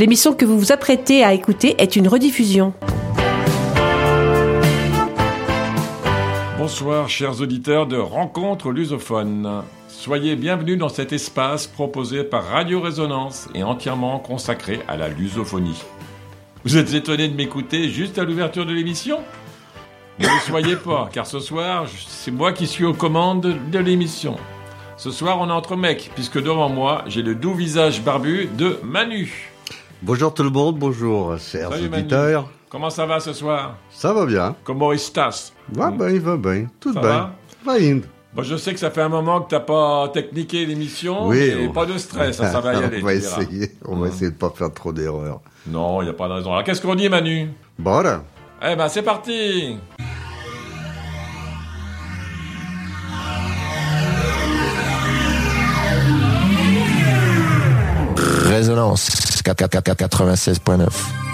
L'émission que vous vous apprêtez à écouter est une rediffusion. Bonsoir chers auditeurs de Rencontres lusophones. Soyez bienvenus dans cet espace proposé par Radio Résonance et entièrement consacré à la lusophonie. Vous êtes étonnés de m'écouter juste à l'ouverture de l'émission ? Ne le soyez pas, car ce soir, c'est moi qui suis aux commandes de l'émission. Ce soir, on est entre mecs, puisque devant moi, j'ai le doux visage barbu de Manu. Bonjour tout le monde, bonjour chers Salut auditeurs. Manu. Comment ça va ce soir ? Ça va bien. Comment estás ? Va bien, tout Ça bien. Va indo. Bon, je sais que ça fait un moment que t'as pas techniqué l'émission, Oui, mais pas de stress, ça va y aller. On va essayer de pas faire trop d'erreurs. Non, il n'y a pas de raison. Alors, qu'est-ce qu'on dit, Manu ? Bora. Eh ben, c'est parti ! Résonance 96.9.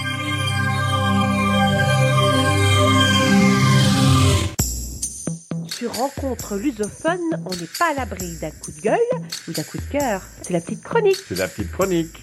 Sur Rencontre lusophone, on n'est pas à l'abri d'un coup de gueule ou d'un coup de cœur. C'est la petite chronique. C'est la petite chronique.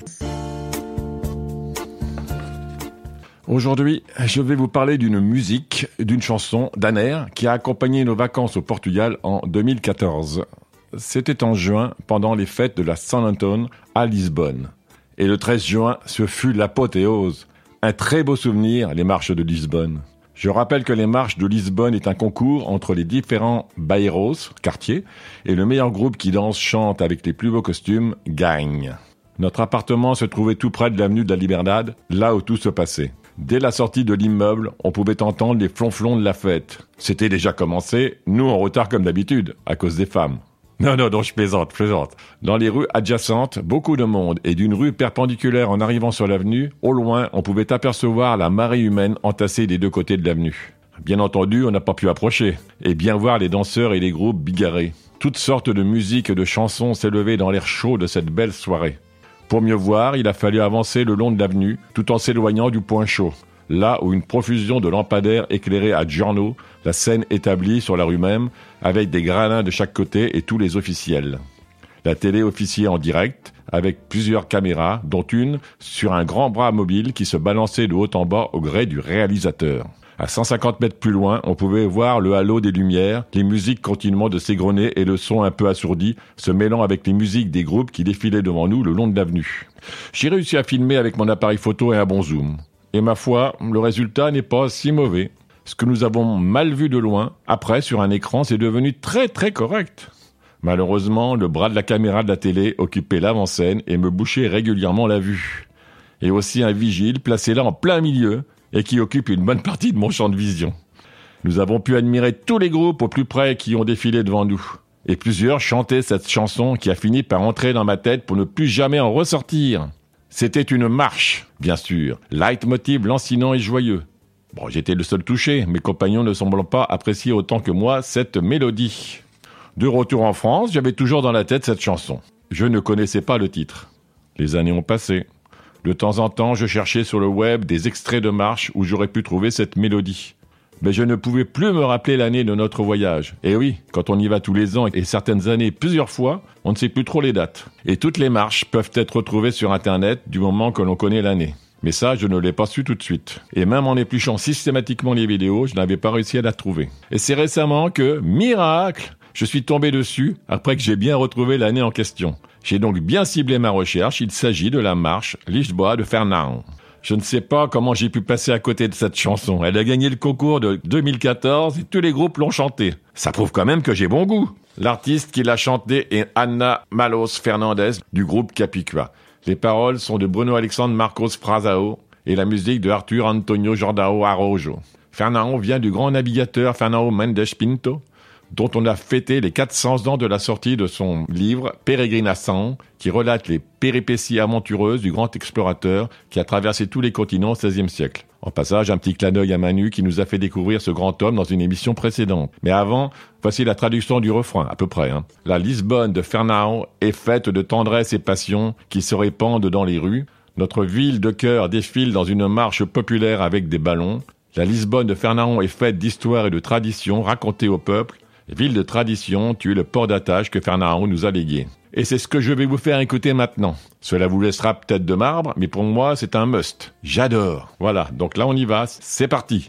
Aujourd'hui, je vais vous parler d'une musique, d'une chanson, d'un air qui a accompagné nos vacances au Portugal en 2014. C'était en juin, pendant les fêtes de la San Antone à Lisbonne. Et le 13 juin, ce fut l'apothéose. Un très beau souvenir, les marches de Lisbonne. Je rappelle que les marches de Lisbonne est un concours entre les différents bairros, quartiers, et le meilleur groupe qui danse, chante avec les plus beaux costumes, gagne. Notre appartement se trouvait tout près de l'avenue de la Liberdade, là où tout se passait. Dès la sortie de l'immeuble, on pouvait entendre les flonflons de la fête. C'était déjà commencé, nous en retard comme d'habitude, à cause des femmes. Non, je plaisante. Dans les rues adjacentes, beaucoup de monde, et d'une rue perpendiculaire en arrivant sur l'avenue, au loin, on pouvait apercevoir la marée humaine entassée des deux côtés de l'avenue. Bien entendu, on n'a pas pu approcher, et bien voir les danseurs et les groupes bigarrés. Toutes sortes de musiques et de chansons s'élevaient dans l'air chaud de cette belle soirée. Pour mieux voir, il a fallu avancer le long de l'avenue, tout en s'éloignant du point chaud. Là où une profusion de lampadaires éclairait à giorno la scène établie sur la rue même, avec des gradins de chaque côté et tous les officiels. La télé officiait en direct, avec plusieurs caméras, dont une sur un grand bras mobile qui se balançait de haut en bas au gré du réalisateur. À 150 mètres plus loin, on pouvait voir le halo des lumières, les musiques continuant de s'égrener et le son un peu assourdi, se mêlant avec les musiques des groupes qui défilaient devant nous le long de l'avenue. J'ai réussi à filmer avec mon appareil photo et un bon zoom. Et ma foi, le résultat n'est pas si mauvais. Ce que nous avons mal vu de loin, après, sur un écran, c'est devenu très très correct. Malheureusement, le bras de la caméra de la télé occupait l'avant-scène et me bouchait régulièrement la vue. Et aussi un vigile placé là en plein milieu et qui occupe une bonne partie de mon champ de vision. Nous avons pu admirer tous les groupes au plus près qui ont défilé devant nous. Et plusieurs chantaient cette chanson qui a fini par entrer dans ma tête pour ne plus jamais en ressortir. C'était une marche, bien sûr, leitmotiv lancinant et joyeux. Bon, j'étais le seul touché, mes compagnons ne semblant pas apprécier autant que moi cette mélodie. De retour en France, j'avais toujours dans la tête cette chanson. Je ne connaissais pas le titre. Les années ont passé. De temps en temps, je cherchais sur le web des extraits de marche où j'aurais pu trouver cette mélodie. Mais je ne pouvais plus me rappeler l'année de notre voyage. Et oui, quand on y va tous les ans et certaines années plusieurs fois, on ne sait plus trop les dates. Et toutes les marches peuvent être retrouvées sur Internet du moment que l'on connaît l'année. Mais ça, je ne l'ai pas su tout de suite. Et même en épluchant systématiquement les vidéos, je n'avais pas réussi à la trouver. Et c'est récemment que, miracle, je suis tombé dessus après que j'ai bien retrouvé l'année en question. J'ai donc bien ciblé ma recherche, il s'agit de la marche Lisboa de Fernão. Je ne sais pas comment j'ai pu passer à côté de cette chanson. Elle a gagné le concours de 2014 et tous les groupes l'ont chantée. Ça prouve quand même que j'ai bon goût. L'artiste qui l'a chantée est Ana Malos Fernandes du groupe Capicua. Les paroles sont de Bruno Alexandre Marcos Frazao et la musique de Arthur Antonio Jordão Araujo. Fernão vient du grand navigateur Fernão Mendes Pinto, dont on a fêté les 400 ans de la sortie de son livre Peregrinação, qui relate les péripéties aventureuses du grand explorateur qui a traversé tous les continents au XVIe siècle. En passage, un petit clin d'œil à Manu qui nous a fait découvrir ce grand homme dans une émission précédente. Mais avant, voici la traduction du refrain, à peu près. La Lisbonne de Fernão est faite de tendresse et passion qui se répandent dans les rues. Notre ville de cœur défile dans une marche populaire avec des ballons. La Lisbonne de Fernão est faite d'histoire et de traditions racontées au peuple. Ville de tradition, tu es le port d'attache que Fernand nous a légué. Et c'est ce que je vais vous faire écouter maintenant. Cela vous laissera peut-être de marbre, mais pour moi, c'est un must. J'adore. Voilà, donc là on y va, c'est parti.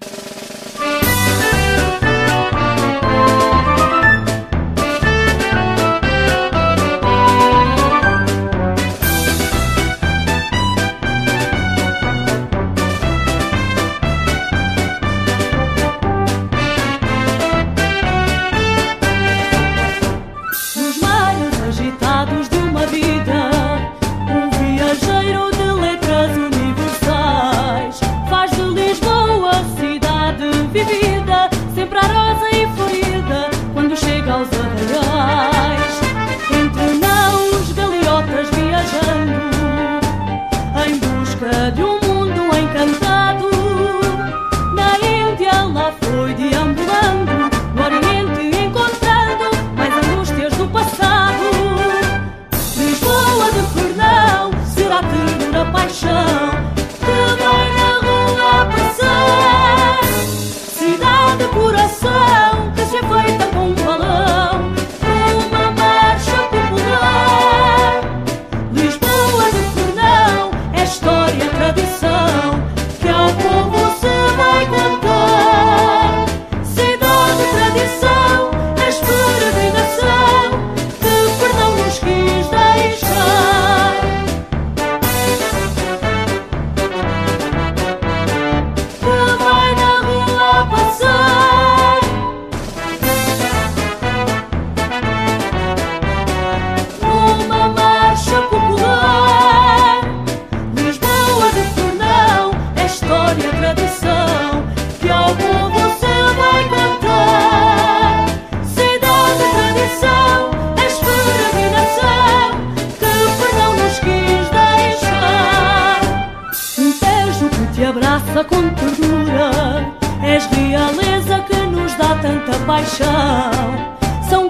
Com ternura, és realeza que nos dá tanta paixão. São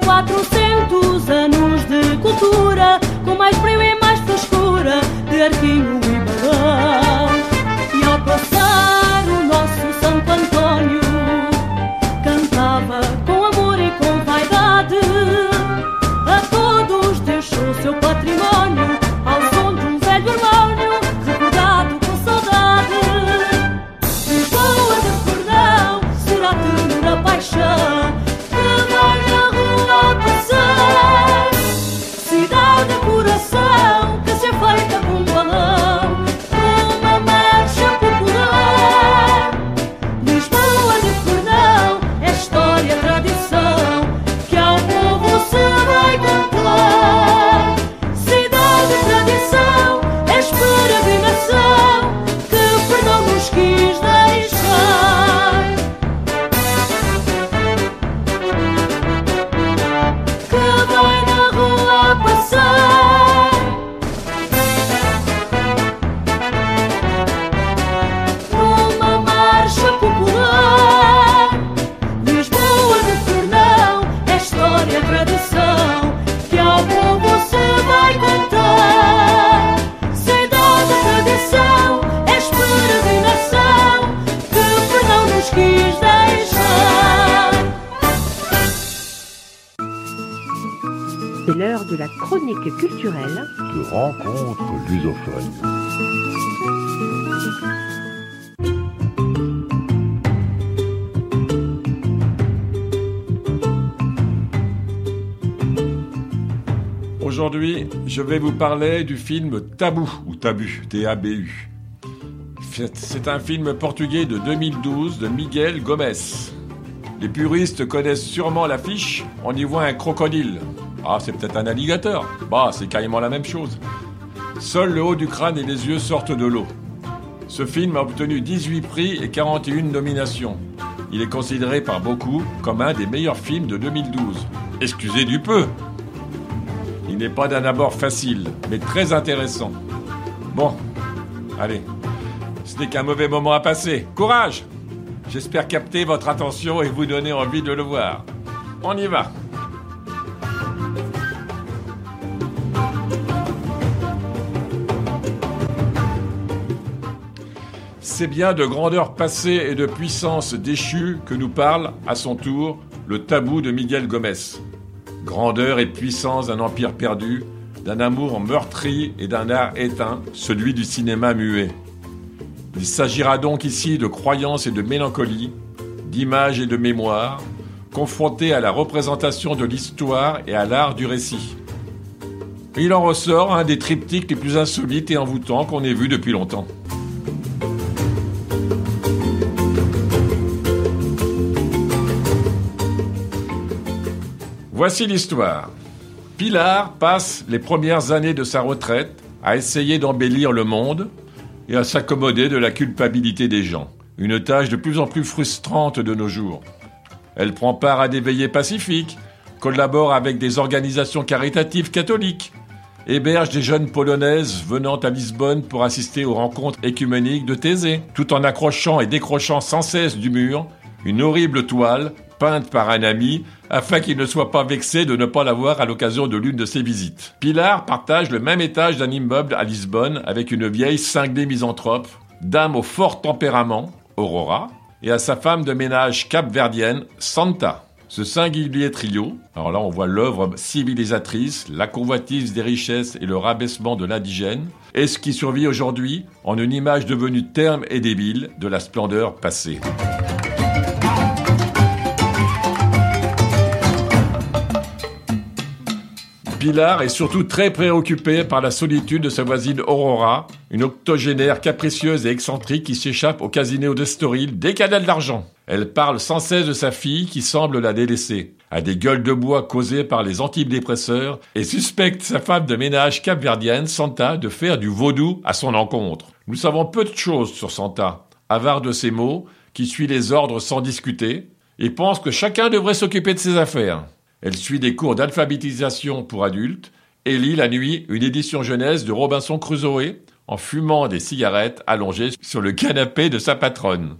400 anos de cultura, com mais brilho e mais frescura de arquinho e balão. E ao passar o nosso Santo Antônio, cantava com amor e com vaidade, a todos deixou seu património, ao som de um velho harmónio, recordado com saudade. Lisboa de Fernão será ternura, paixão, que vai na rua passar. Cidade de coração, que se é feita com balão, uma marcha popular. Lisboa de Fernão é história, tradição, que ao povo se vai contar. Cidade de tradição, és peregrinação, que Fernão nos quis deixar. Que vai na rua passar. Numa marcha popular. Lisboa de Fernão é história, tradição, que ao povo se vai contar. Cidade de tradição, és peregrinação, que Fernão nos quis deixar. C'est l'heure de la chronique culturelle. De rencontres lusophones. Aujourd'hui, je vais vous parler du film Tabou, ou Tabu, T-A-B-U. C'est un film portugais de 2012 de Miguel Gomes. Les puristes connaissent sûrement l'affiche, on y voit un crocodile. Ah, c'est peut-être un alligator. Bah, c'est carrément la même chose. Seul le haut du crâne et les yeux sortent de l'eau. Ce film a obtenu 18 prix et 41 nominations. Il est considéré par beaucoup comme un des meilleurs films de 2012. Excusez du peu. Il n'est pas d'un abord facile, mais très intéressant. Bon, allez, ce n'est qu'un mauvais moment à passer. Courage! J'espère capter votre attention et vous donner envie de le voir. On y va! C'est bien de grandeur passée et de puissance déchue que nous parle, à son tour, Le tabou de Miguel Gomez. Grandeur et puissance d'un empire perdu, d'un amour meurtri et d'un art éteint, celui du cinéma muet. Il s'agira donc ici de croyances et de mélancolie, d'images et de mémoire, confrontés à la représentation de l'histoire et à l'art du récit. Il en ressort un des triptyques les plus insolites et envoûtants qu'on ait vus depuis longtemps. Voici l'histoire. Pilar passe les premières années de sa retraite à essayer d'embellir le monde et à s'accommoder de la culpabilité des gens. Une tâche de plus en plus frustrante de nos jours. Elle prend part à des veillées pacifiques, collabore avec des organisations caritatives catholiques, héberge des jeunes polonaises venant à Lisbonne pour assister aux rencontres écuméniques de Thésée, tout en accrochant et décrochant sans cesse du mur une horrible toile peinte par un ami afin qu'il ne soit pas vexé de ne pas la voir à l'occasion de l'une de ses visites. Pilar partage le même étage d'un immeuble à Lisbonne avec une vieille cinglée misanthrope, dame au fort tempérament, Aurora, et à sa femme de ménage capverdienne, Santa. Ce singulier trio, alors là on voit l'œuvre civilisatrice, la convoitise des richesses et le rabaissement de l'indigène, est ce qui survit aujourd'hui en une image devenue terne et débile de la splendeur passée. Pilar est surtout très préoccupée par la solitude de sa voisine Aurora, une octogénaire capricieuse et excentrique qui s'échappe au casino d'Estoril dès qu'elle a de l'argent. Elle parle sans cesse de sa fille qui semble la délaisser, a des gueules de bois causées par les antidépresseurs et suspecte sa femme de ménage capverdienne, Santa, de faire du vaudou à son encontre. Nous savons peu de choses sur Santa, avare de ses mots, qui suit les ordres sans discuter et pense que chacun devrait s'occuper de ses affaires. Elle suit des cours d'alphabétisation pour adultes et lit la nuit une édition jeunesse de Robinson Crusoe en fumant des cigarettes allongées sur le canapé de sa patronne.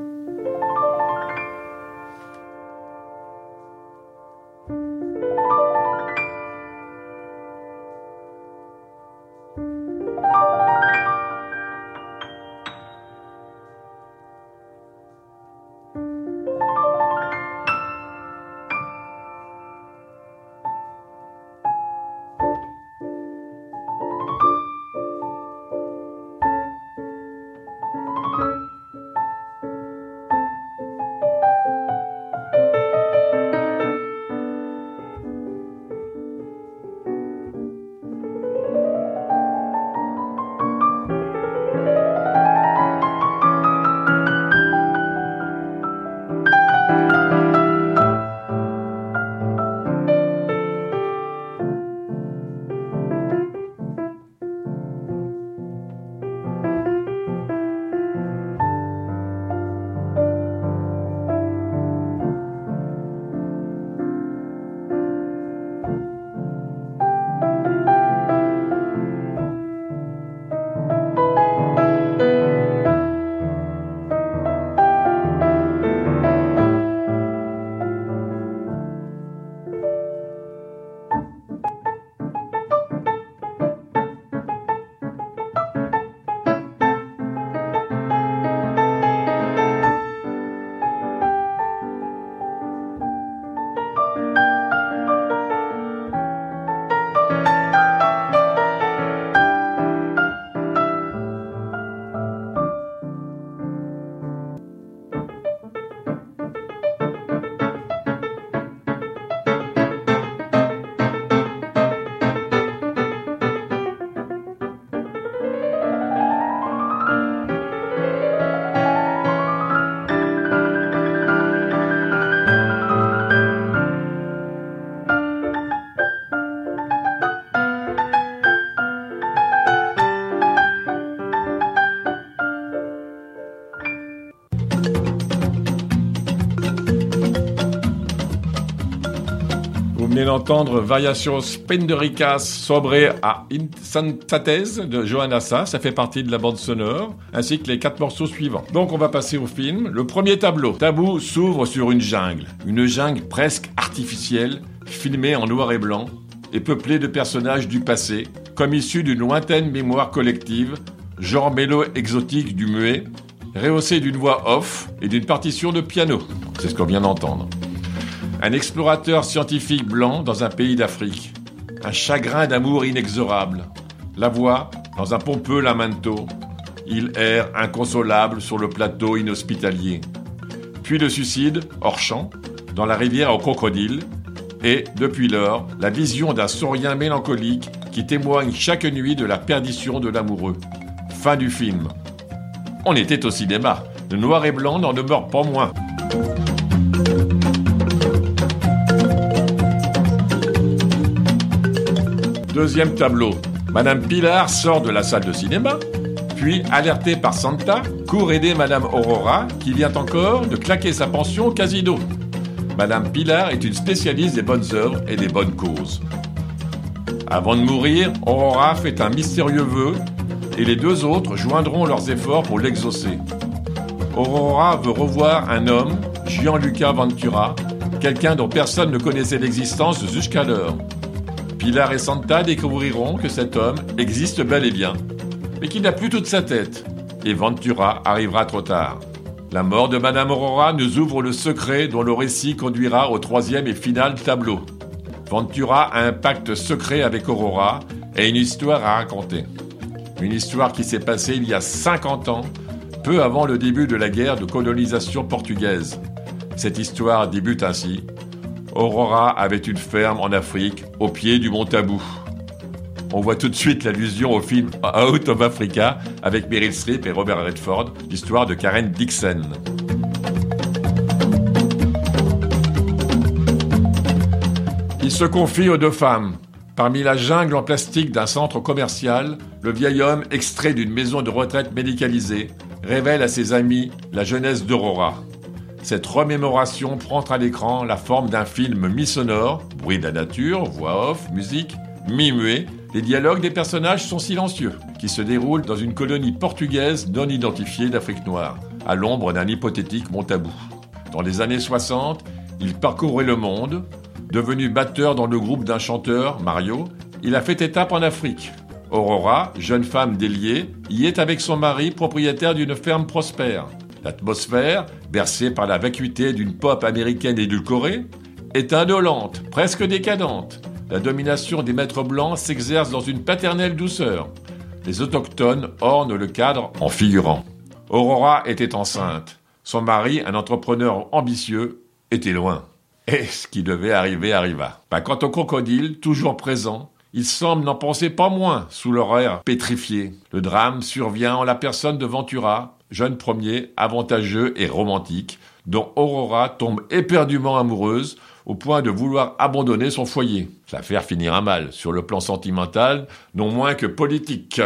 Vous venez d'entendre Variations Penduricas sobre a Insensatez de Johanna Sa, ça fait partie de la bande sonore, ainsi que les 4 morceaux suivants. Donc on va passer au film. Le premier tableau. Tabou s'ouvre sur une jungle presque artificielle, filmée en noir et blanc, et peuplée de personnages du passé, comme issus d'une lointaine mémoire collective, genre mélo exotique du muet, rehaussé d'une voix off et d'une partition de piano. C'est ce qu'on vient d'entendre. Un explorateur scientifique blanc dans un pays d'Afrique. Un chagrin d'amour inexorable. La voix dans un pompeux lamento. Il erre inconsolable sur le plateau inhospitalier. Puis le suicide, hors champ, dans la rivière aux crocodiles. Et, depuis lors, la vision d'un saurien mélancolique qui témoigne chaque nuit de la perdition de l'amoureux. Fin du film. On était au cinéma. Le noir et blanc n'en demeure pas moins. Deuxième tableau. Madame Pilar sort de la salle de cinéma, puis, alertée par Santa, court aider Madame Aurora, qui vient encore de claquer sa pension au casino. Madame Pilar est une spécialiste des bonnes œuvres et des bonnes causes. Avant de mourir, Aurora fait un mystérieux vœu et les deux autres joindront leurs efforts pour l'exaucer. Aurora veut revoir un homme, Gianluca Ventura, quelqu'un dont personne ne connaissait l'existence jusqu'alors. Pilar et Santa découvriront que cet homme existe bel et bien, mais qu'il n'a plus toute sa tête. Et Ventura arrivera trop tard. La mort de Madame Aurora nous ouvre le secret dont le récit conduira au troisième et final tableau. Ventura a un pacte secret avec Aurora et une histoire à raconter. Une histoire qui s'est passée il y a 50 ans, peu avant le début de la guerre de colonisation portugaise. Cette histoire débute ainsi. Aurora avait une ferme en Afrique, au pied du mont Tabou. On voit tout de suite l'allusion au film Out of Africa avec Meryl Streep et Robert Redford, l'histoire de Karen Dixon. Il se confie aux deux femmes. Parmi la jungle en plastique d'un centre commercial, le vieil homme, extrait d'une maison de retraite médicalisée, révèle à ses amis la jeunesse d'Aurora. Cette remémoration prend à l'écran la forme d'un film mi-sonore, bruit de la nature, voix off, musique, mi-muet. Les dialogues des personnages sont silencieux, qui se déroulent dans une colonie portugaise non identifiée d'Afrique noire, à l'ombre d'un hypothétique mont Tabou. Dans les années 60, il parcourait le monde. Devenu batteur dans le groupe d'un chanteur, Mario, il a fait étape en Afrique. Aurora, jeune femme déliée, y est avec son mari, propriétaire d'une ferme prospère. L'atmosphère, bercée par la vacuité d'une pop américaine édulcorée, est indolente, presque décadente. La domination des maîtres blancs s'exerce dans une paternelle douceur. Les autochtones ornent le cadre en figurant. Aurora était enceinte. Son mari, un entrepreneur ambitieux, était loin. Et ce qui devait arriver arriva. Quant au crocodile, toujours présent, il semble n'en penser pas moins sous leur air pétrifié. Le drame survient en la personne de Ventura, jeune premier, avantageux et romantique, dont Aurora tombe éperdument amoureuse au point de vouloir abandonner son foyer. L'affaire finira mal, sur le plan sentimental, non moins que politique.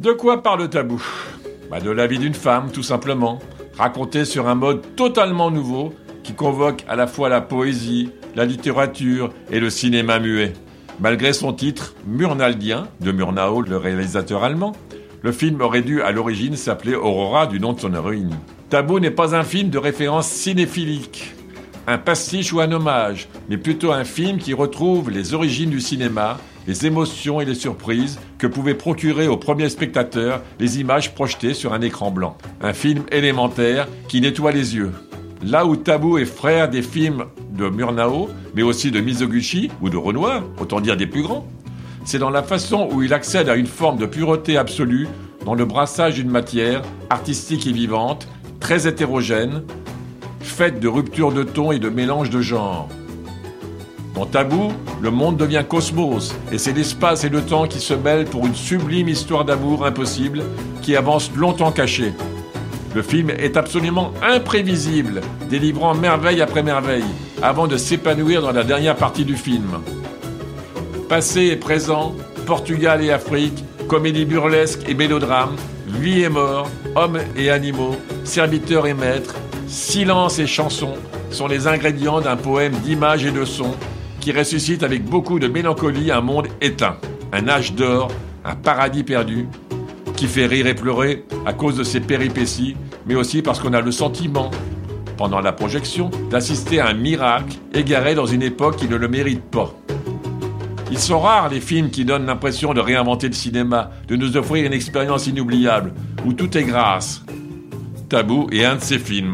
De quoi parle Tabou ? De la vie d'une femme, tout simplement, racontée sur un mode totalement nouveau qui convoque à la fois la poésie, la littérature et le cinéma muet. Malgré son titre murnaldien, de Murnau, le réalisateur allemand, le film aurait dû à l'origine s'appeler Aurora du nom de son héroïne. Tabou n'est pas un film de référence cinéphilique, un pastiche ou un hommage, mais plutôt un film qui retrouve les origines du cinéma, les émotions et les surprises que pouvaient procurer aux premiers spectateurs les images projetées sur un écran blanc. Un film élémentaire qui nettoie les yeux. Là où Tabou est frère des films de Murnau, mais aussi de Mizoguchi ou de Renoir, autant dire des plus grands, c'est dans la façon où il accède à une forme de pureté absolue dans le brassage d'une matière artistique et vivante, très hétérogène, faite de ruptures de ton et de mélange de genres. Dans Tabou, le monde devient cosmos, et c'est l'espace et le temps qui se mêlent pour une sublime histoire d'amour impossible qui avance longtemps cachée. Le film est absolument imprévisible, délivrant merveille après merveille, avant de s'épanouir dans la dernière partie du film. Passé et présent, Portugal et Afrique, comédie burlesque et mélodrame, vie et mort, hommes et animaux, serviteurs et maîtres, silence et chansons sont les ingrédients d'un poème d'images et de sons qui ressuscite avec beaucoup de mélancolie un monde éteint, un âge d'or, un paradis perdu, qui fait rire et pleurer à cause de ses péripéties, mais aussi parce qu'on a le sentiment, pendant la projection, d'assister à un miracle égaré dans une époque qui ne le mérite pas. Ils sont rares les films qui donnent l'impression de réinventer le cinéma, de nous offrir une expérience inoubliable, où tout est grâce. Tabou est un de ces films.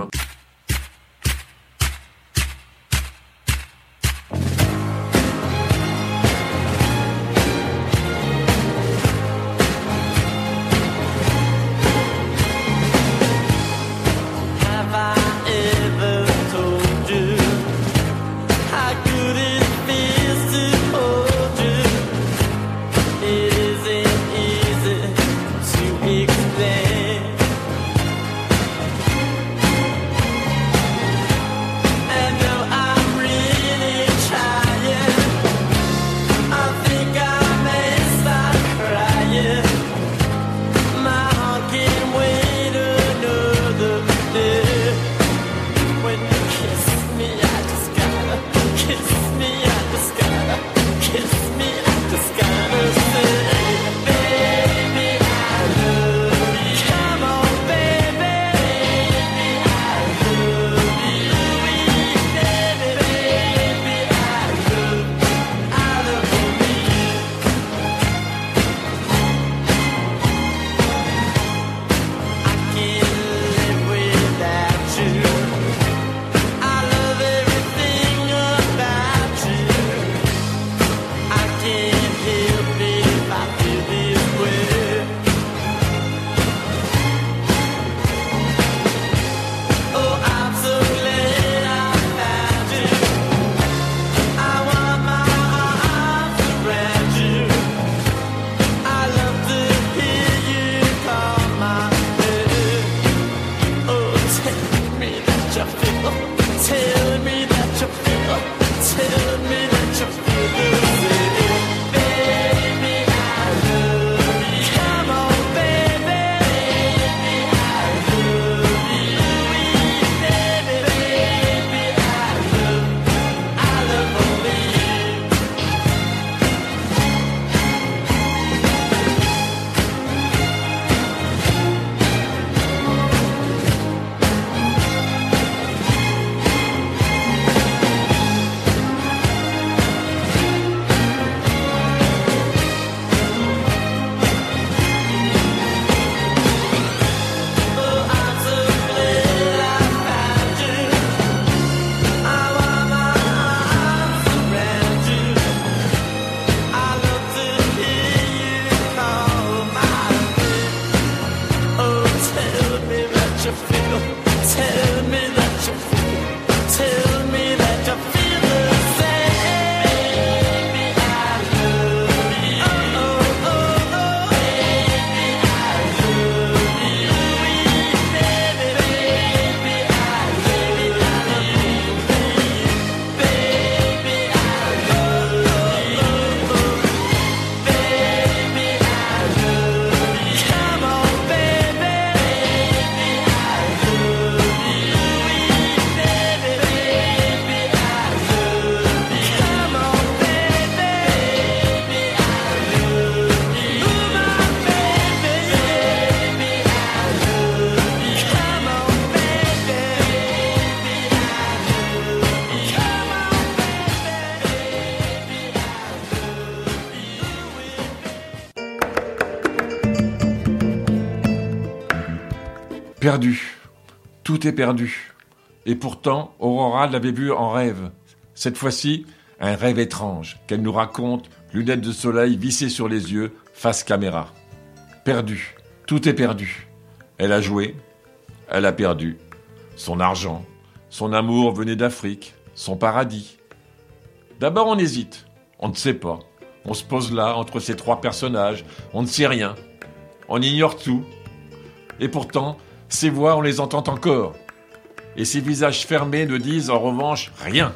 Perdu. Tout est perdu. Et pourtant, Aurora l'avait vu en rêve. Cette fois-ci, un rêve étrange qu'elle nous raconte, lunettes de soleil vissées sur les yeux, face caméra. Perdu. Tout est perdu. Elle a joué. Elle a perdu. Son argent. Son amour venait d'Afrique. Son paradis. D'abord, on hésite. On ne sait pas. On se pose là, entre ces trois personnages. On ne sait rien. On ignore tout. Et pourtant, ces voix, on les entend encore. Et ces visages fermés ne disent en revanche rien.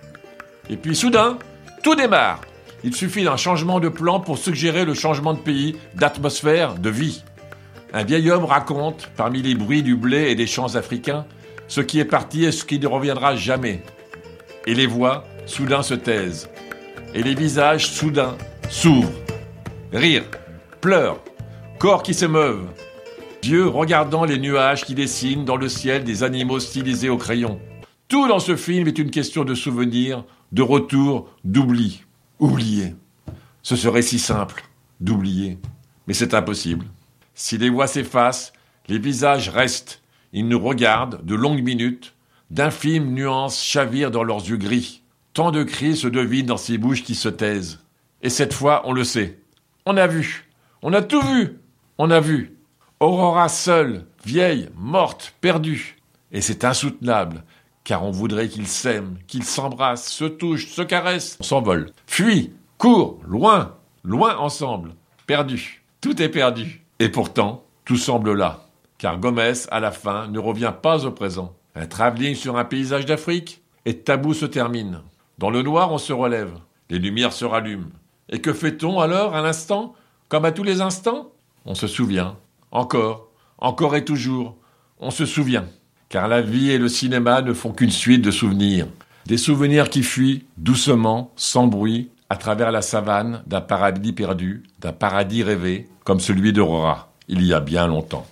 Et puis soudain, tout démarre. Il suffit d'un changement de plan pour suggérer le changement de pays, d'atmosphère, de vie. Un vieil homme raconte, parmi les bruits du blé et des champs africains, ce qui est parti et ce qui ne reviendra jamais. Et les voix, soudain, se taisent. Et les visages, soudain, s'ouvrent. Rire, pleurs, corps qui s'émeuvent. Yeux regardant les nuages qui dessinent dans le ciel des animaux stylisés au crayon. Tout dans ce film est une question de souvenir, de retour, d'oubli. Oublier. Ce serait si simple, d'oublier. Mais c'est impossible. Si les voix s'effacent, les visages restent. Ils nous regardent de longues minutes. D'infimes nuances chavirent dans leurs yeux gris. Tant de cris se devinent dans ces bouches qui se taisent. Et cette fois, on le sait. On a vu. On a tout vu. On a vu. Aurora seule, vieille, morte, perdue. Et c'est insoutenable, car on voudrait qu'ils s'aiment, qu'ils s'embrassent, se touchent, se caressent, s'envolent. Fuient, courent, loin, loin ensemble. Perdu. Tout est perdu. Et pourtant, tout semble là. Car Gomez, à la fin, ne revient pas au présent. Un travelling sur un paysage d'Afrique, et Tabou se termine. Dans le noir, on se relève. Les lumières se rallument. Et que fait-on alors, à l'instant, comme à tous les instants ? On se souvient. Encore et toujours. On se souvient. Car la vie et le cinéma ne font qu'une suite de souvenirs. Des souvenirs qui fuient, doucement, sans bruit, à travers la savane d'un paradis perdu, d'un paradis rêvé, comme celui d'Aurora, il y a bien longtemps.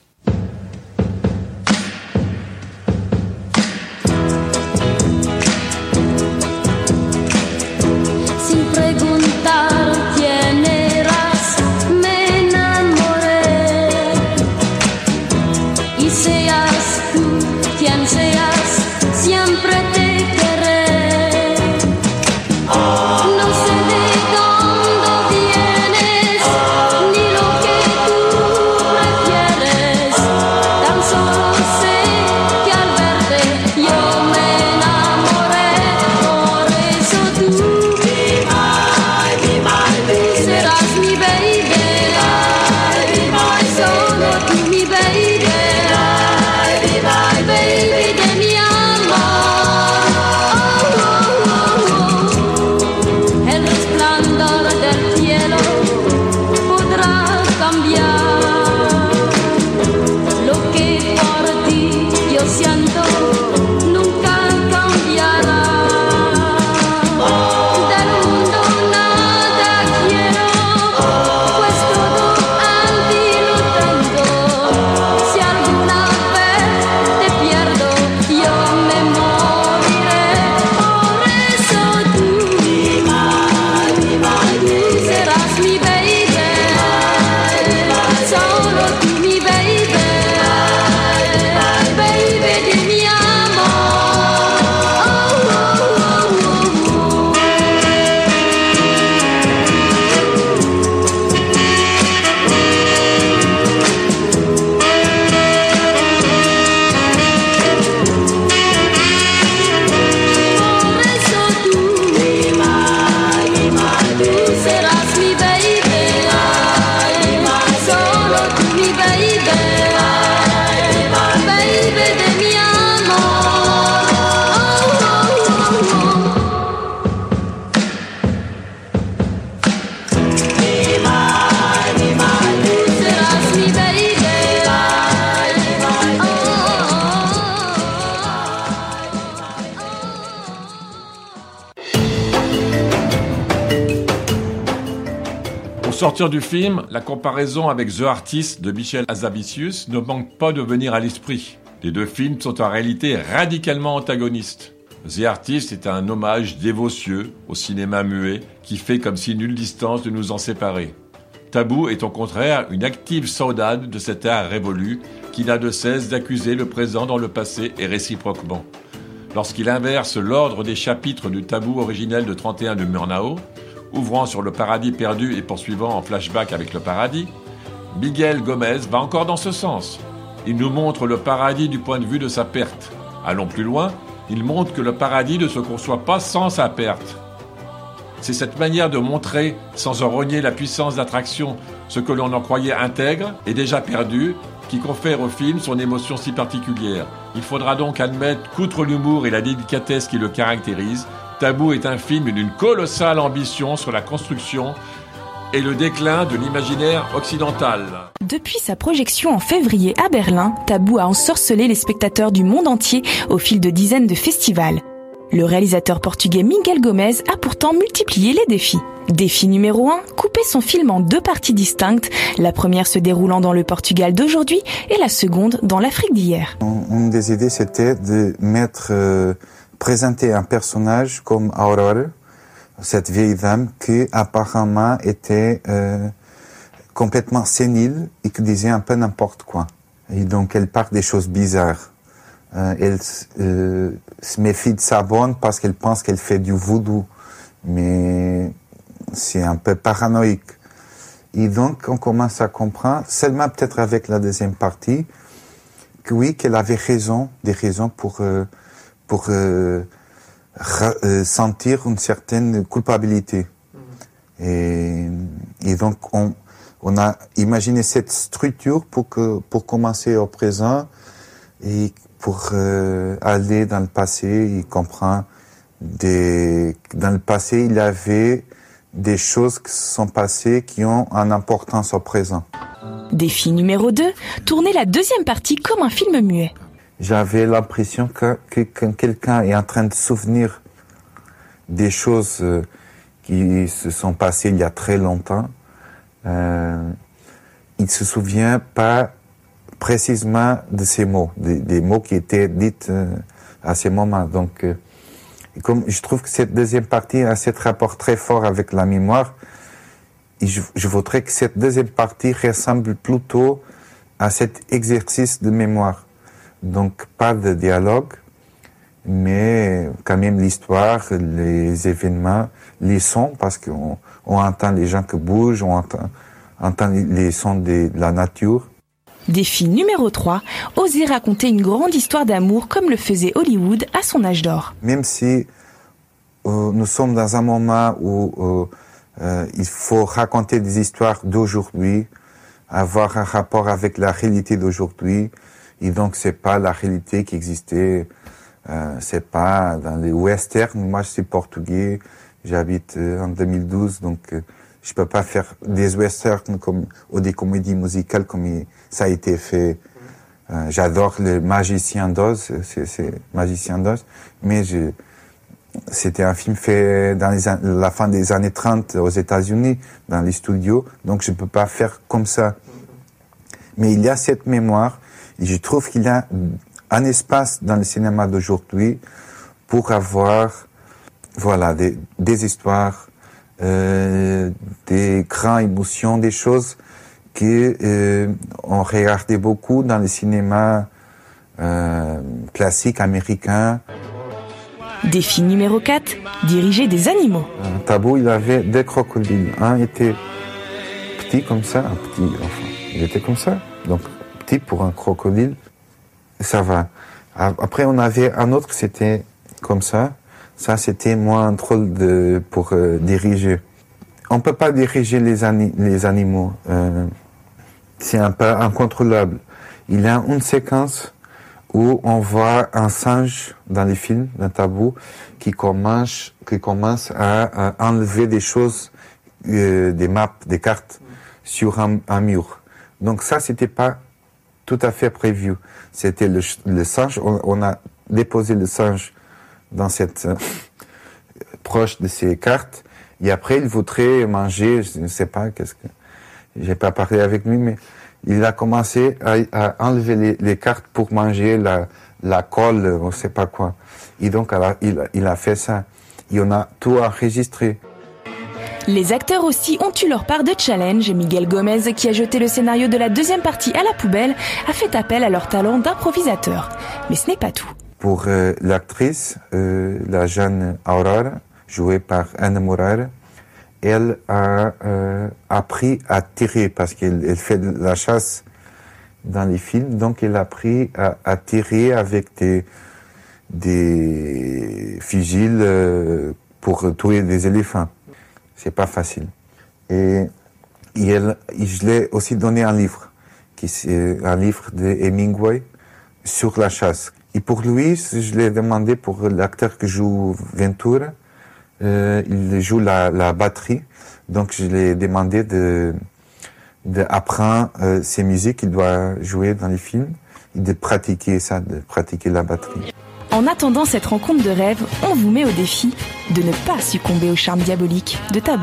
Au sortir du film, la comparaison avec The Artist de Michel Hazanavicius ne manque pas de venir à l'esprit. Les deux films sont en réalité radicalement antagonistes. The Artist est un hommage dévotieux au cinéma muet qui fait comme si nulle distance ne nous en séparait. Tabou est au contraire une active saudade de cet art révolu qui n'a de cesse d'accuser le présent dans le passé et réciproquement. Lorsqu'il inverse l'ordre des chapitres du Tabou originel de 31 de Murnau, ouvrant sur le paradis perdu et poursuivant en flashback avec le paradis, Miguel Gomez va encore dans ce sens. Il nous montre le paradis du point de vue de sa perte. Allons plus loin, il montre que le paradis ne se conçoit pas sans sa perte. C'est cette manière de montrer, sans en renier la puissance d'attraction, ce que l'on en croyait intègre et déjà perdu, qui confère au film son émotion si particulière. Il faudra donc admettre qu'outre l'humour et la délicatesse qui le caractérisent, Tabou est un film d'une colossale ambition sur la construction et le déclin de l'imaginaire occidental. Depuis sa projection en février à Berlin, Tabou a ensorcelé les spectateurs du monde entier au fil de dizaines de festivals. Le réalisateur portugais Miguel Gomez a pourtant multiplié les défis. Défi numéro 1, couper son film en 2 parties distinctes, la première se déroulant dans le Portugal d'aujourd'hui et la seconde dans l'Afrique d'hier. Une des idées, c'était de présenter un personnage comme Aurore, cette vieille dame qui apparemment était complètement sénile et qui disait un peu n'importe quoi. Et donc elle parle des choses bizarres. Elle se méfie de sa bonne parce qu'elle pense qu'elle fait du voodoo, mais c'est un peu paranoïque. Et donc on commence à comprendre, seulement peut-être avec la deuxième partie, que oui, qu'elle avait des raisons pour sentir une certaine culpabilité. Et donc on a imaginé cette structure pour commencer au présent et pour aller dans le passé. Il comprend dans le passé, il y avait des choses qui se sont passées qui ont une importance au présent. Défi numéro 2, tourner la deuxième partie comme un film muet. J'avais l'impression que quand quelqu'un est en train de se souvenir des choses qui se sont passées il y a très longtemps, il se souvient pas précisément de ces mots, des mots qui étaient dits à ces moments. Donc, comme je trouve que cette deuxième partie a ce rapport très fort avec la mémoire, et je voudrais que cette deuxième partie ressemble plutôt à cet exercice de mémoire. Donc, pas de dialogue, mais quand même l'histoire, les événements, les sons, parce qu'on entend les gens qui bougent, on entend les sons de la nature. Défi numéro 3, oser raconter une grande histoire d'amour comme le faisait Hollywood à son âge d'or. Même si nous sommes dans un moment où il faut raconter des histoires d'aujourd'hui, avoir un rapport avec la réalité d'aujourd'hui, et donc c'est pas la réalité qui existait, c'est pas dans les westerns. Moi je suis portugais, j'habite en 2012, donc je peux pas faire des westerns ou des comédies musicales comme ça a été fait. J'adore le Magicien d'Oz, c'est Magicien d'Oz, mais c'était un film fait dans la fin des années 30 aux États-Unis, dans les studios, donc je peux pas faire comme ça. Mais il y a cette mémoire, et je trouve qu'il y a un espace dans le cinéma d'aujourd'hui pour avoir, voilà, des histoires, des grandes émotions, des choses qu'on regardait beaucoup dans le cinéma classique américain. Défi numéro 4, diriger des animaux. Tabou, il avait 2 crocodiles. Un était petit comme ça, un petit enfant. Il était comme ça, donc petit pour un crocodile, ça va. Après, on avait un autre, c'était comme ça. Ça, c'était moins drôle pour diriger. On peut pas diriger les animaux. C'est un peu incontrôlable. Il y a une séquence où on voit un singe dans les films, dans Tabou, qui commence à enlever des choses, des maps, des cartes, sur un mur. Donc ça, c'était pas tout à fait prévu. C'était le singe, on a déposé le singe dans cette proche de ces cartes, et après il voudrait manger, je ne sais pas j'ai pas parlé avec lui, mais il a commencé à enlever les cartes pour manger la colle, on ne sait pas quoi. Et donc il a fait ça. Et on a tout enregistré. Les acteurs aussi ont eu leur part de challenge. Miguel Gomez, qui a jeté le scénario de la deuxième partie à la poubelle, a fait appel à leur talent d'improvisateur. Mais ce n'est pas tout. Pour l'actrice, la jeune Aurore, jouée par Anne Mourer, elle a appris à tirer parce qu'elle fait de la chasse dans les films, donc elle a appris à tirer avec des fusils pour tuer des éléphants. C'est pas facile. Et je l'ai aussi donné un livre, un livre de Hemingway sur la chasse. Et pour lui, je l'ai demandé pour l'acteur qui joue Ventura, il joue la batterie, donc je l'ai demandé d'apprendre ces musiques qu'il doit jouer dans les films et de pratiquer la batterie. En attendant cette rencontre de rêve, on vous met au défi de ne pas succomber au charme diabolique de Tabou.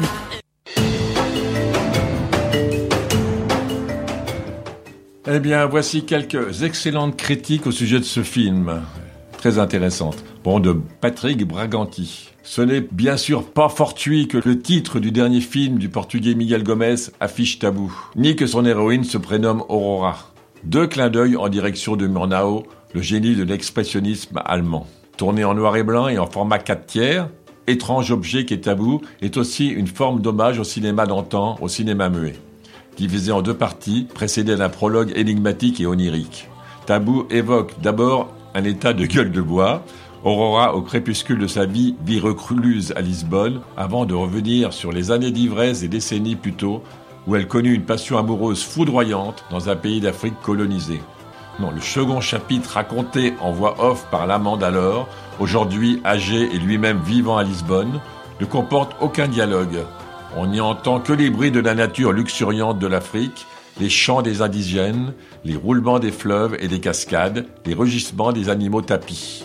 Eh bien, voici quelques excellentes critiques au sujet de ce film. Très intéressantes. Bon, de Patrick Braganti. Ce n'est bien sûr pas fortuit que le titre du dernier film du portugais Miguel Gomez affiche Tabou, ni que son héroïne se prénomme Aurora. 2 clins d'œil en direction de Murnau, le génie de l'expressionnisme allemand. Tourné en noir et blanc et en format 4/3, étrange objet qu'est Tabou est aussi une forme d'hommage au cinéma d'antan, au cinéma muet. Divisé en 2 parties, précédé d'un prologue énigmatique et onirique. Tabou évoque d'abord un état de gueule de bois, Aurora au crépuscule de sa vie recluse à Lisbonne, avant de revenir sur les années d'ivresse et décennies plus tôt, où elle connut une passion amoureuse foudroyante dans un pays d'Afrique colonisé. Non, le second chapitre raconté en voix off par l'amant d'alors, aujourd'hui âgé et lui-même vivant à Lisbonne, ne comporte aucun dialogue. On n'y entend que les bruits de la nature luxuriante de l'Afrique, les chants des indigènes, les roulements des fleuves et des cascades, les rugissements des animaux tapis.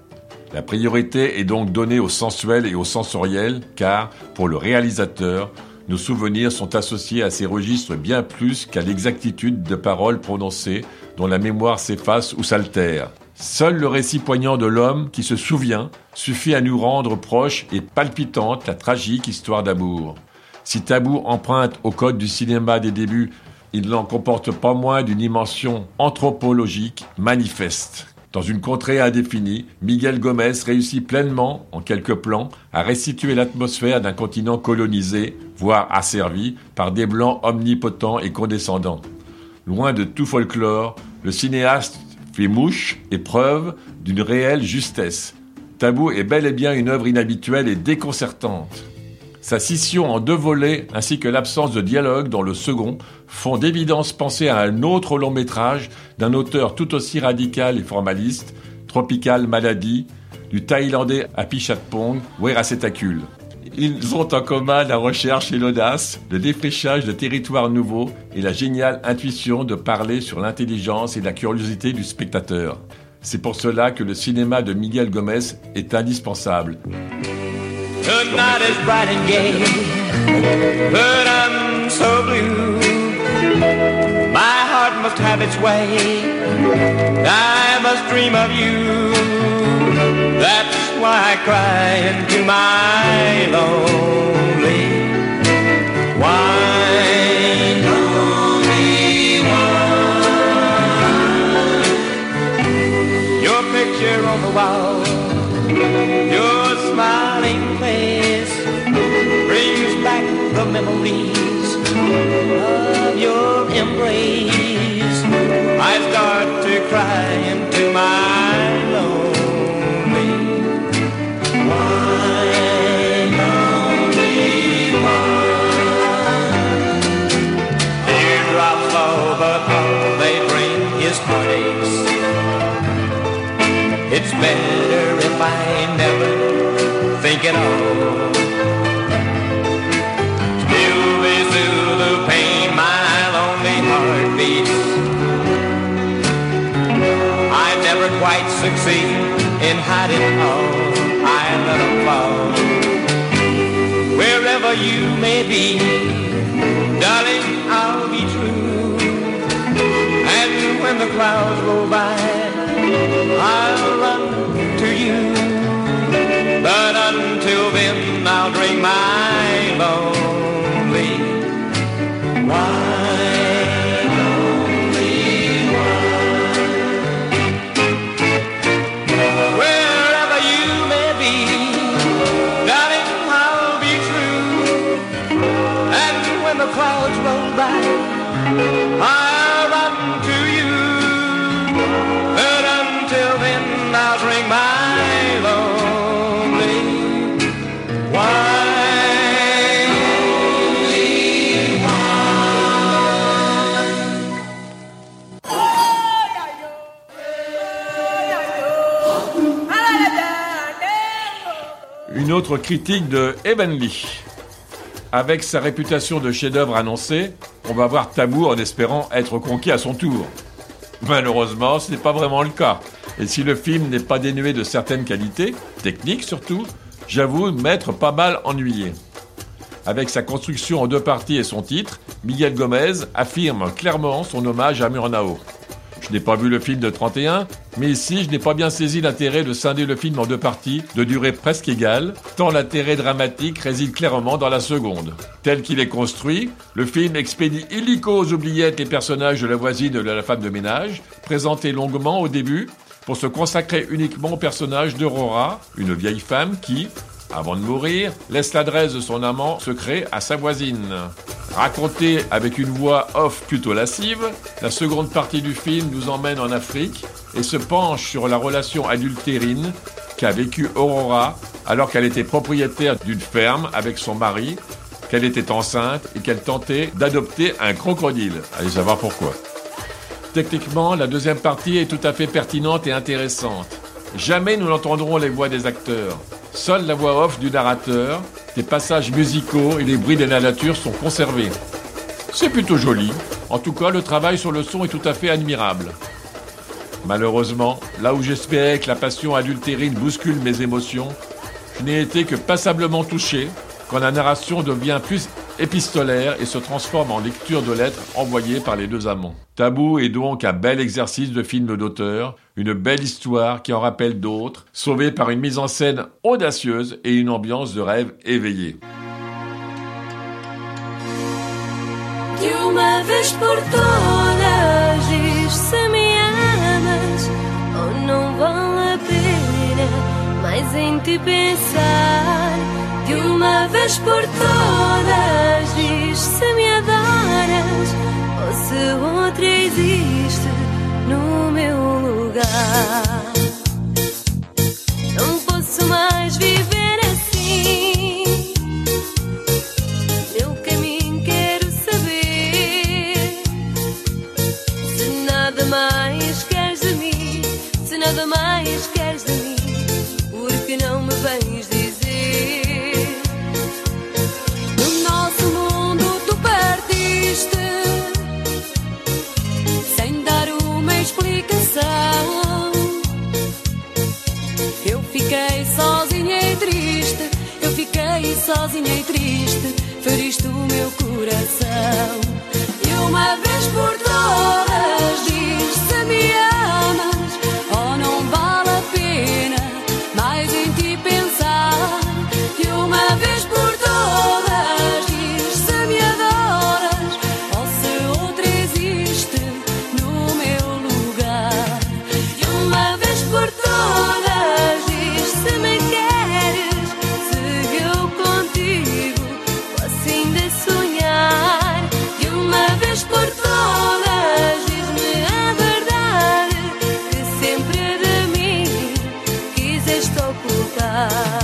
La priorité est donc donnée au sensuel et au sensoriel, car, pour le réalisateur, nos souvenirs sont associés à ces registres bien plus qu'à l'exactitude de paroles prononcées dont la mémoire s'efface ou s'altère. Seul le récit poignant de l'homme qui se souvient suffit à nous rendre proche et palpitante la tragique histoire d'amour. Si Tabou emprunte au code du cinéma des débuts, il n'en comporte pas moins d'une dimension anthropologique manifeste. Dans une contrée indéfinie, Miguel Gomez réussit pleinement, en quelques plans, à restituer l'atmosphère d'un continent colonisé, voire asservi, par des blancs omnipotents et condescendants. Loin de tout folklore, le cinéaste fait mouche et preuve d'une réelle justesse. Tabou est bel et bien une œuvre inhabituelle et déconcertante. Sa scission en 2 volets ainsi que l'absence de dialogue dans le second font d'évidence penser à un autre long-métrage d'un auteur tout aussi radical et formaliste, Tropical Malady, du Thaïlandais Apichatpong Weerasethakul. Ils ont en commun la recherche et l'audace, le défrichage de territoires nouveaux et la géniale intuition de parler sur l'intelligence et la curiosité du spectateur. C'est pour cela que le cinéma de Miguel Gomez est indispensable. The night is bright and gay, but I'm so blue. My heart must have its way, I must dream of you. That's why I cry into my lonely wine. Lonely one. Your picture on the wall, your smiling face brings back the memories of your embrace. I start to cry into my lonely wine. Lonely wine. Teardrops fall, but all they bring is heartaches. It's better if I never think at all. Still they soothe the pain my lonely heart beats. I never quite succeed in hiding all I let them fall. Wherever you may be, darling, I'll be true. And when the clouds roll by, I'll run to you. But until then, I'll drink my lonely Wherever you may be, darling, I'll be true. And when the clouds roll by, I'll run to you. But until then, I'll drink my lonely wine. Une autre critique de Heavenly. Avec sa réputation de chef-d'œuvre annoncée, on va voir Tabou en espérant être conquis à son tour. Malheureusement, ce n'est pas vraiment le cas. Et si le film n'est pas dénué de certaines qualités, techniques surtout, j'avoue m'être pas mal ennuyé. Avec sa construction en 2 parties et son titre, Miguel Gomez affirme clairement son hommage à Murnau. Je n'ai pas vu le film de 31, mais ici je n'ai pas bien saisi l'intérêt de scinder le film en 2 parties, de durée presque égale, tant l'intérêt dramatique réside clairement dans la seconde. Tel qu'il est construit, le film expédie illico aux oubliettes les personnages de la voisine et de la femme de ménage, présentés longuement au début, pour se consacrer uniquement au personnage d'Aurora, une vieille femme qui, avant de mourir, laisse l'adresse de son amant secret à sa voisine. Racontée avec une voix off plutôt lascive, la seconde partie du film nous emmène en Afrique et se penche sur la relation adultérine qu'a vécue Aurora alors qu'elle était propriétaire d'une ferme avec son mari, qu'elle était enceinte et qu'elle tentait d'adopter un crocodile. Allez savoir pourquoi. Techniquement, la deuxième partie est tout à fait pertinente et intéressante. Jamais nous n'entendrons les voix des acteurs. Seule la voix off du narrateur, des passages musicaux et les bruits de la nature sont conservés. C'est plutôt joli. En tout cas, le travail sur le son est tout à fait admirable. Malheureusement, là où j'espérais que la passion adultérine bouscule mes émotions, je n'ai été que passablement touché quand la narration devient plus épistolaire et se transforme en lecture de lettres envoyées par les 2 amants. Tabou est donc un bel exercice de film d'auteur, une belle histoire qui en rappelle d'autres, sauvée par une mise en scène audacieuse et une ambiance de rêve éveillée. De uma vez por todas, diz se me amas ou não vale a pena mais em ti pensar. De uma vez por todas, diz se me adoras ou se outra existe no meu lugar. Não posso mais viver assim. Meu caminho quero saber. Se nada mais queres de mim, se nada mais queres de mim, porque não me vens dizer. No nosso mundo tu partiste sem dar uma explicação. Eu fiquei sozinha e triste, eu fiquei sozinha e triste, feriste o meu coração. E uma vez por todas diz se me amas ou não vale a pena mais em ti pensar. E uma vez por todas diz se me adoras ou se outra existe no meu lugar. E uma vez por todas diz se me queres, se eu contigo posso ainda sonhar. E uma vez por todas diz-me a verdade que sempre de mim quiseste ocultar.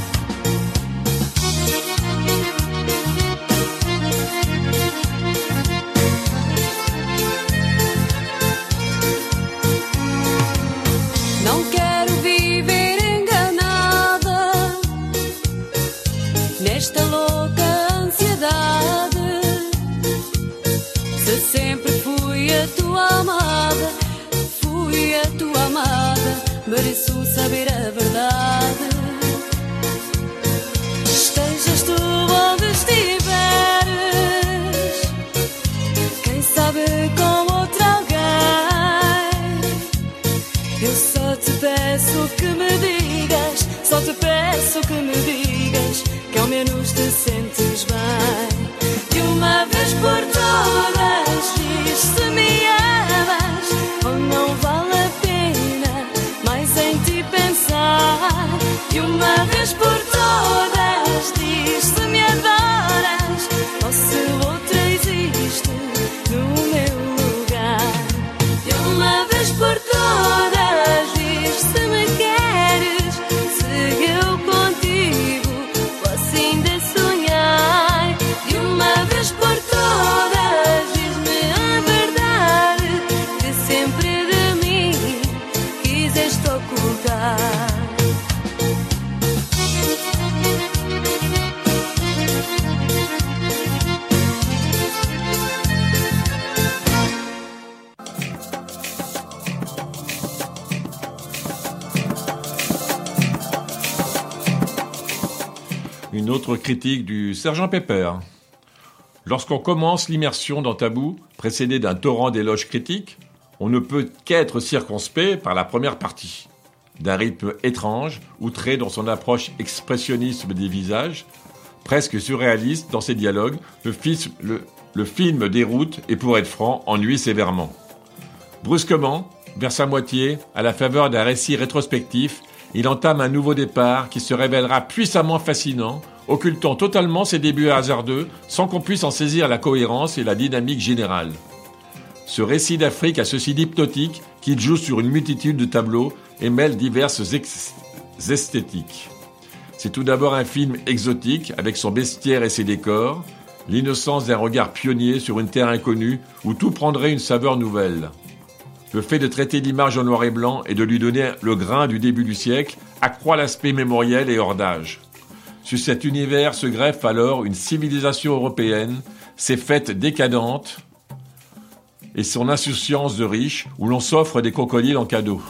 Não quero viver enganada nesta louca ansiedade. Se sempre fui a tua amada, fui a tua amada, mereço saber a verdade. Estejas tu onde estiveres, quem sabe com outro alguém. Eu só te peço que me digas, só te peço que me digas que ao menos te sentes bem. De uma vez por todas une autre critique du Sergent Pepper. Lorsqu'on commence l'immersion dans Tabou, précédé d'un torrent d'éloges critiques, on ne peut qu'être circonspect par la première partie. D'un rythme étrange, outré dans son approche expressionniste des visages, presque surréaliste dans ses dialogues, le film déroute et, pour être franc, ennuie sévèrement. Brusquement, vers sa moitié, à la faveur d'un récit rétrospectif, il entame un nouveau départ qui se révélera puissamment fascinant, occultant totalement ses débuts hasardeux, sans qu'on puisse en saisir la cohérence et la dynamique générale. Ce récit d'Afrique a ceci d'hypnotique qu'il joue sur une multitude de tableaux et mêle diverses esthétiques. C'est tout d'abord un film exotique, avec son bestiaire et ses décors, l'innocence d'un regard pionnier sur une terre inconnue où tout prendrait une saveur nouvelle. Le fait de traiter l'image en noir et blanc et de lui donner le grain du début du siècle accroît l'aspect mémoriel et hors d'âge. Sur cet univers se greffe alors une civilisation européenne, ses fêtes décadentes et son insouciance de riche où l'on s'offre des crocodiles en cadeau.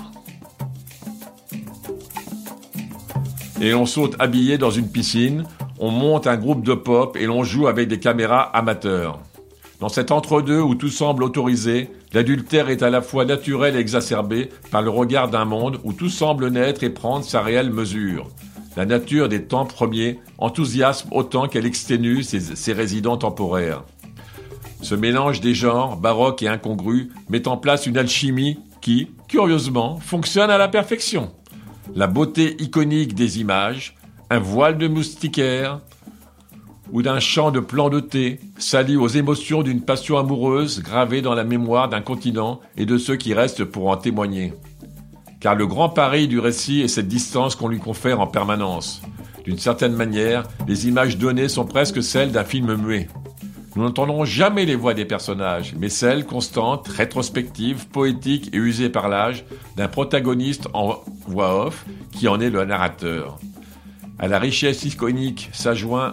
Et on saute habillé dans une piscine, on monte un groupe de pop et l'on joue avec des caméras amateurs. Dans cet entre-deux où tout semble autorisé, l'adultère est à la fois naturel et exacerbé par le regard d'un monde où tout semble naître et prendre sa réelle mesure. La nature des temps premiers enthousiasme autant qu'elle exténue ses résidents temporaires. Ce mélange des genres, baroque et incongru, met en place une alchimie qui, curieusement, fonctionne à la perfection. La beauté iconique des images, un voile de moustiquaire ou d'un chant de plan de thé, s'allie aux émotions d'une passion amoureuse gravée dans la mémoire d'un continent et de ceux qui restent pour en témoigner. Car le grand pari du récit est cette distance qu'on lui confère en permanence. D'une certaine manière, les images données sont presque celles d'un film muet. Nous n'entendrons jamais les voix des personnages, mais celles constantes, rétrospectives, poétiques et usées par l'âge d'un protagoniste en voix off qui en est le narrateur. À la richesse iconique s'adjoint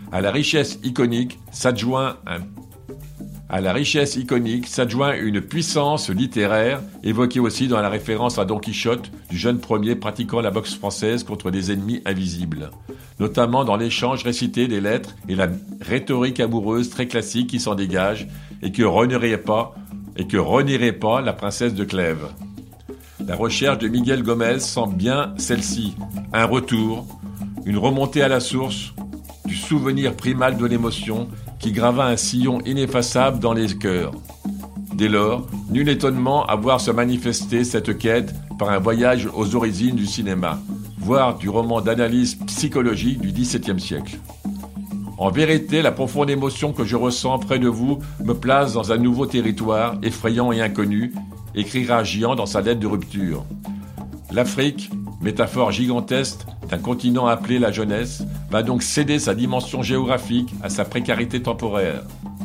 une puissance littéraire, évoquée aussi dans la référence à Don Quichotte du jeune premier pratiquant la boxe française contre des ennemis invisibles, notamment dans l'échange récité des lettres et la rhétorique amoureuse très classique qui s'en dégage et que renierait pas la princesse de Clèves. La recherche de Miguel Gomez semble bien celle-ci, un retour, une remontée à la source du souvenir primal de l'émotion qui grava un sillon ineffaçable dans les cœurs. Dès lors, nul étonnement à voir se manifester cette quête par un voyage aux origines du cinéma, voire du roman d'analyse psychologique du XVIIe siècle. En vérité, la profonde émotion que je ressens près de vous me place dans un nouveau territoire, effrayant et inconnu, écrira Gian dans sa lettre de rupture. L'Afrique, métaphore gigantesque d'un continent appelé la jeunesse, va donc céder sa dimension géographique à sa précarité temporelle.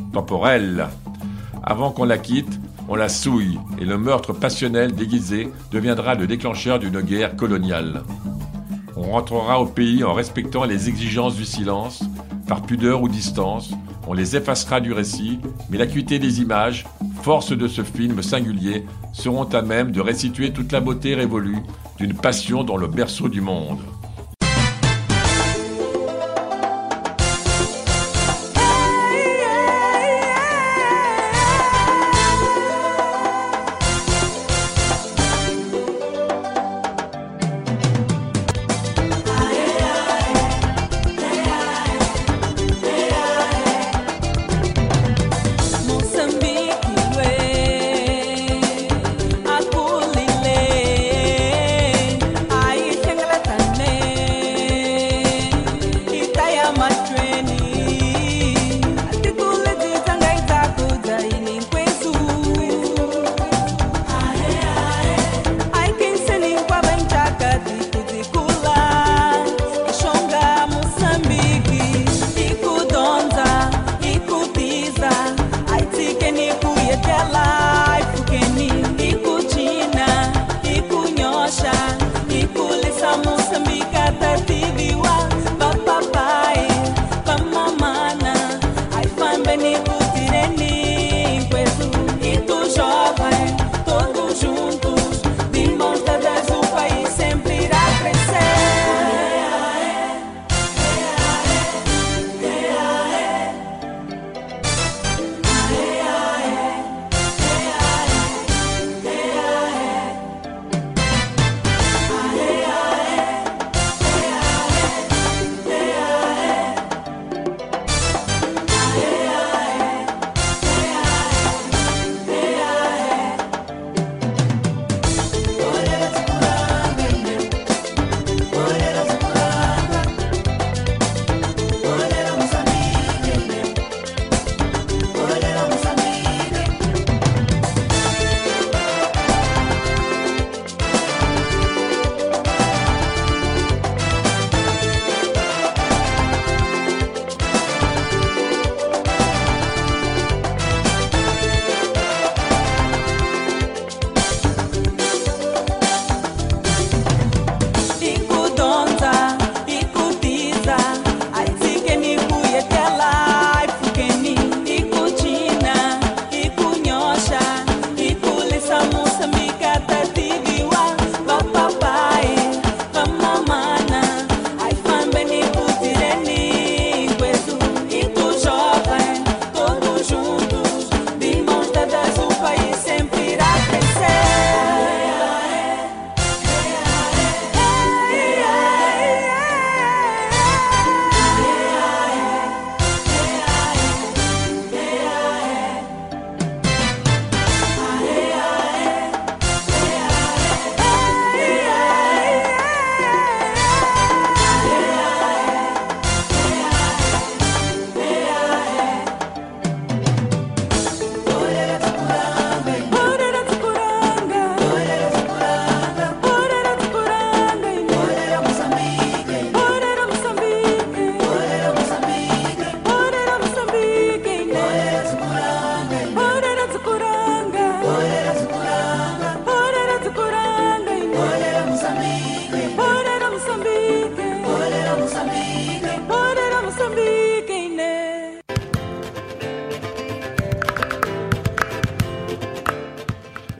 Avant qu'on la quitte, on la souille et le meurtre passionnel déguisé deviendra le déclencheur d'une guerre coloniale. On rentrera au pays en respectant les exigences du silence, par pudeur ou distance, on les effacera du récit, mais l'acuité des images, force de ce film singulier, seront à même de restituer toute la beauté révolue d'une passion dans le berceau du monde.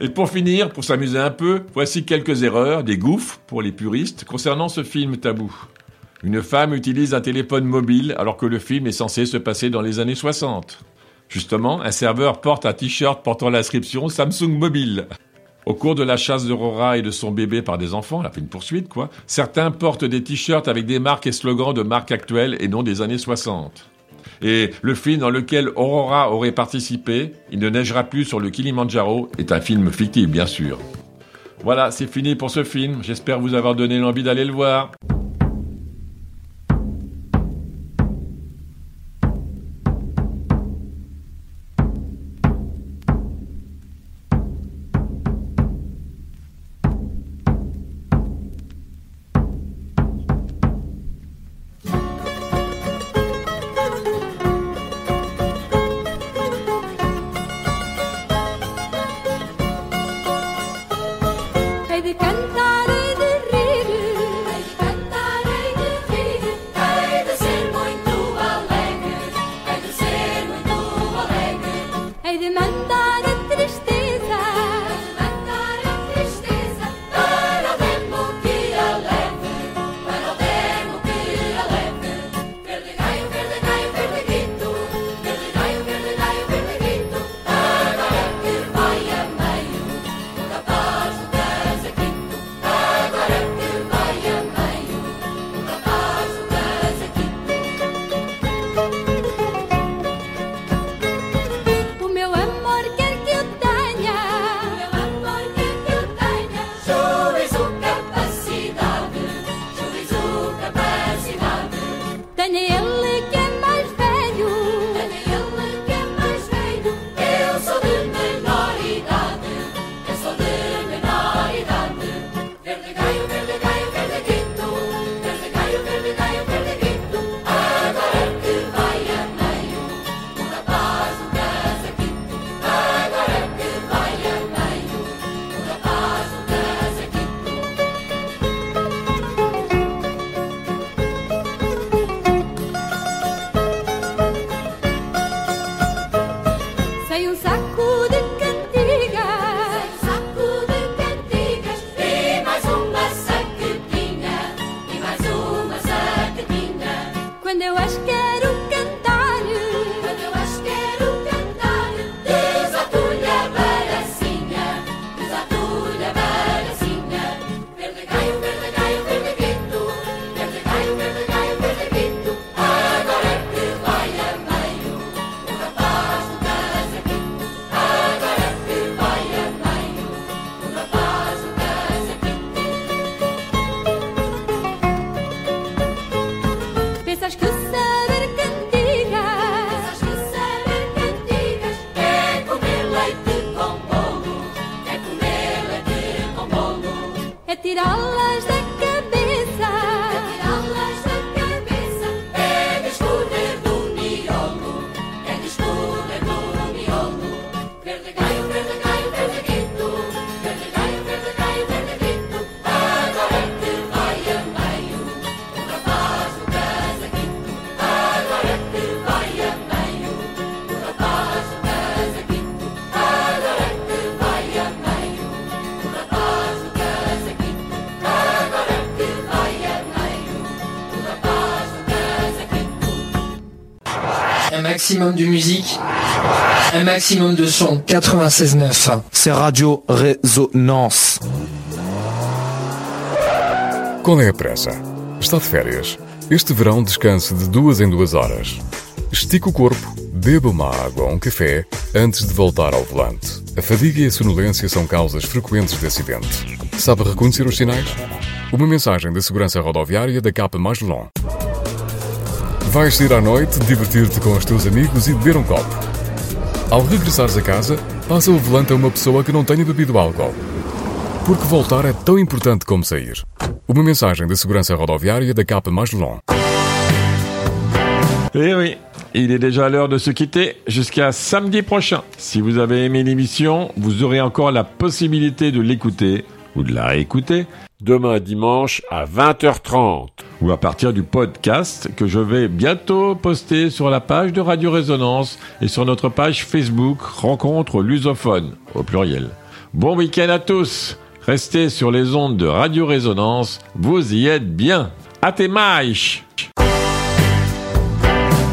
Et pour finir, pour s'amuser un peu, voici quelques erreurs, des gouffres pour les puristes concernant ce film tabou. Une femme utilise un téléphone mobile alors que le film est censé se passer dans les années 60. Justement, un serveur porte un t-shirt portant l'inscription Samsung Mobile. Au cours de la chasse d'Aurora et de son bébé par des enfants, elle a fait une poursuite quoi, certains portent des t-shirts avec des marques et slogans de marques actuelles et non des années 60. Et le film dans lequel Aurora aurait participé, Il ne neigera plus sur le Kilimandjaro, est un film fictif, bien sûr. Voilà, c'est fini pour ce film. J'espère vous avoir donné l'envie d'aller le voir. Un maximum de musique, un maximum de son. 96.9. C'est Radio Résonance. Qual é a pressa? Está de férias. Este verão descanse de 2 em 2 horas. Estique o corpo, beba uma água ou um café antes de voltar ao volante. A fadiga e a sonolência são causas frequentes de acidente. Sabe reconhecer os sinais? Uma mensagem da segurança rodoviária da Capa Magellan. Vais sair à noite, divertir-te com os teus amigos e beber um copo. Ao regressares a casa, passa o volante a uma pessoa que não tenha bebido álcool. Porque voltar é tão importante como sair. Uma mensagem da segurança rodoviária da Capa Magellan. Eh oui, il est déjà l'heure de se quitter jusqu'à samedi prochain. Si vous avez aimé l'émission, vous aurez encore la possibilité de l'écouter ou de la réécouter demain dimanche à 20h30 ou à partir du podcast que je vais bientôt poster sur la page de Radio Résonance et sur notre page Facebook Rencontre Lusophone au pluriel. Bon week-end à tous. Restez sur les ondes de Radio Résonance. Vous y êtes bien. Até mais!